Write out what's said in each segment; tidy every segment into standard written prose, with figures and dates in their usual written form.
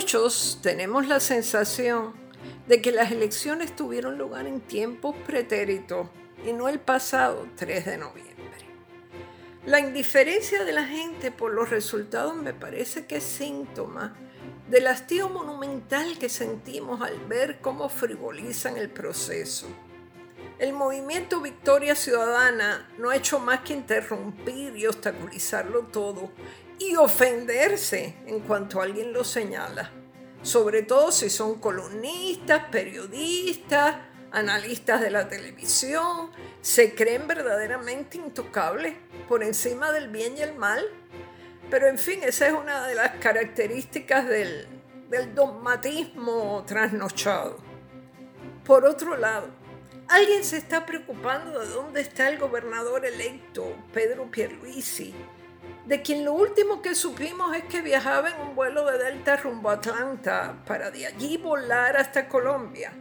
Muchos tenemos la sensación de que las elecciones tuvieron lugar en tiempos pretéritos y no el pasado 3 de noviembre. La indiferencia de la gente por los resultados me parece que es síntoma del hastío monumental que sentimos al ver cómo frivolizan el proceso. El movimiento Victoria Ciudadana no ha hecho más que interrumpir y obstaculizarlo todo y ofenderse en cuanto alguien lo señala, sobre todo si son columnistas, periodistas, analistas de la televisión, se creen verdaderamente intocables por encima del bien y el mal. Pero en fin, esa es una de las características del dogmatismo trasnochado. Por otro lado, alguien se está preocupando de dónde está el gobernador electo, Pedro Pierluisi, de quien lo último que supimos es que viajaba en un vuelo de Delta rumbo a Atlanta para de allí volar hasta Colombia.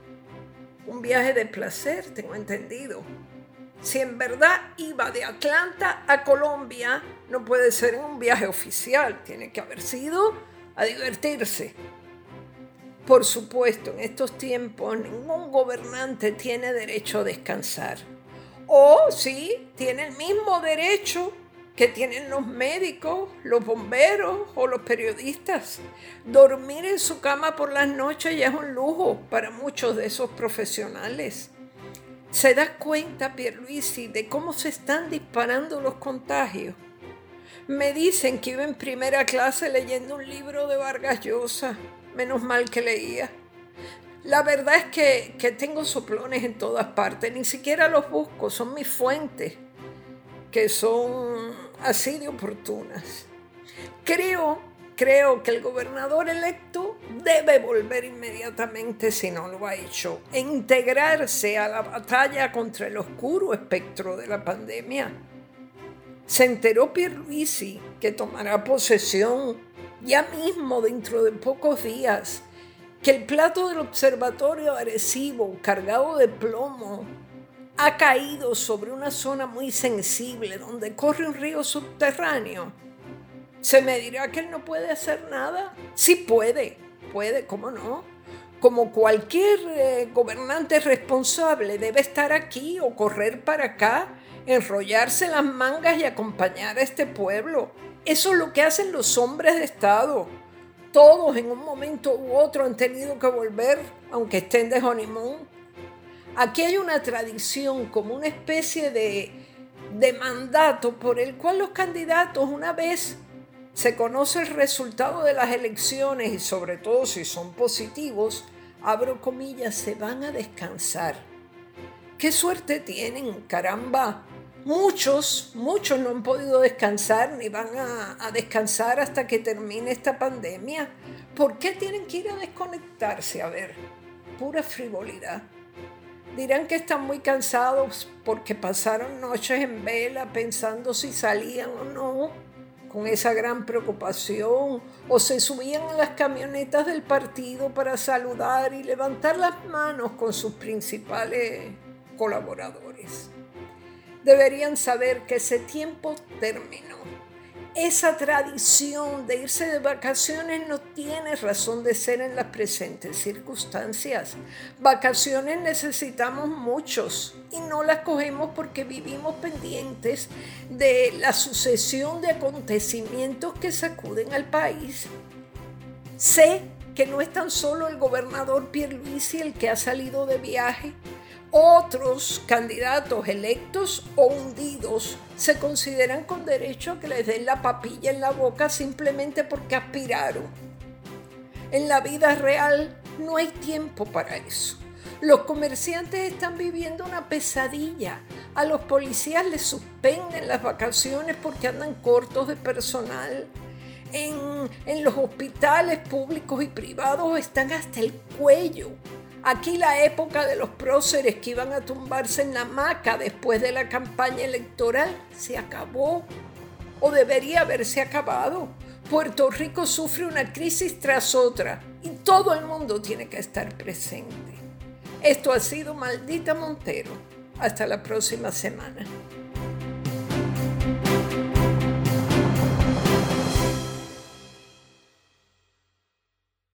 Un viaje de placer, tengo entendido. Si en verdad iba de Atlanta a Colombia, no puede ser en un viaje oficial, tiene que haber sido a divertirse. Por supuesto, en estos tiempos ningún gobernante tiene derecho a descansar. O sí, tiene el mismo derecho que tienen los médicos, los bomberos o los periodistas. Dormir en su cama por las noches ya es un lujo para muchos de esos profesionales. ¿Se da cuenta, Pierluisi, de cómo se están disparando los contagios? Me dicen que iba en primera clase leyendo un libro de Vargas Llosa. Menos mal que leía. La verdad es que tengo soplones en todas partes, ni siquiera los busco, son mis fuentes, que son así de oportunas. Creo que el gobernador electo debe volver inmediatamente, si no lo ha hecho, e integrarse a la batalla contra el oscuro espectro de la pandemia. Se enteró Pierluisi que tomará posesión ya mismo dentro de pocos días, que el plato del observatorio Arecibo, cargado de plomo, ha caído sobre una zona muy sensible donde corre un río subterráneo. ¿Se me dirá que él no puede hacer nada? Sí puede, ¿cómo no? Como cualquier gobernante responsable debe estar aquí o correr para acá, enrollarse las mangas y acompañar a este pueblo. Eso es lo que hacen los hombres de Estado. Todos en un momento u otro han tenido que volver, aunque estén de honeymoon. Aquí hay una tradición, como una especie de mandato por el cual los candidatos, una vez se conoce el resultado de las elecciones y sobre todo si son positivos, abro comillas, se van a descansar. ¡Qué suerte tienen, caramba! Muchos no han podido descansar ni van a descansar hasta que termine esta pandemia. ¿Por qué tienen que ir a desconectarse? A ver, pura frivolidad. Dirán que están muy cansados porque pasaron noches en vela pensando si salían o no, con esa gran preocupación, o se subían a las camionetas del partido para saludar y levantar las manos con sus principales colaboradores. Deberían saber que ese tiempo terminó. Esa tradición de irse de vacaciones no tiene razón de ser en las presentes circunstancias. Vacaciones necesitamos muchos y no las cogemos porque vivimos pendientes de la sucesión de acontecimientos que sacuden al país. Sé que no es tan solo el gobernador Pierluisi el que ha salido de viaje. Otros candidatos electos o hundidos se consideran con derecho a que les den la papilla en la boca simplemente porque aspiraron. En la vida real no hay tiempo para eso. Los comerciantes están viviendo una pesadilla. A los policías les suspenden las vacaciones porque andan cortos de personal. En los hospitales públicos y privados están hasta el cuello. Aquí la época de los próceres que iban a tumbarse en la hamaca después de la campaña electoral se acabó, o debería haberse acabado. Puerto Rico sufre una crisis tras otra y todo el mundo tiene que estar presente. Esto ha sido Maldita Montero. Hasta la próxima semana.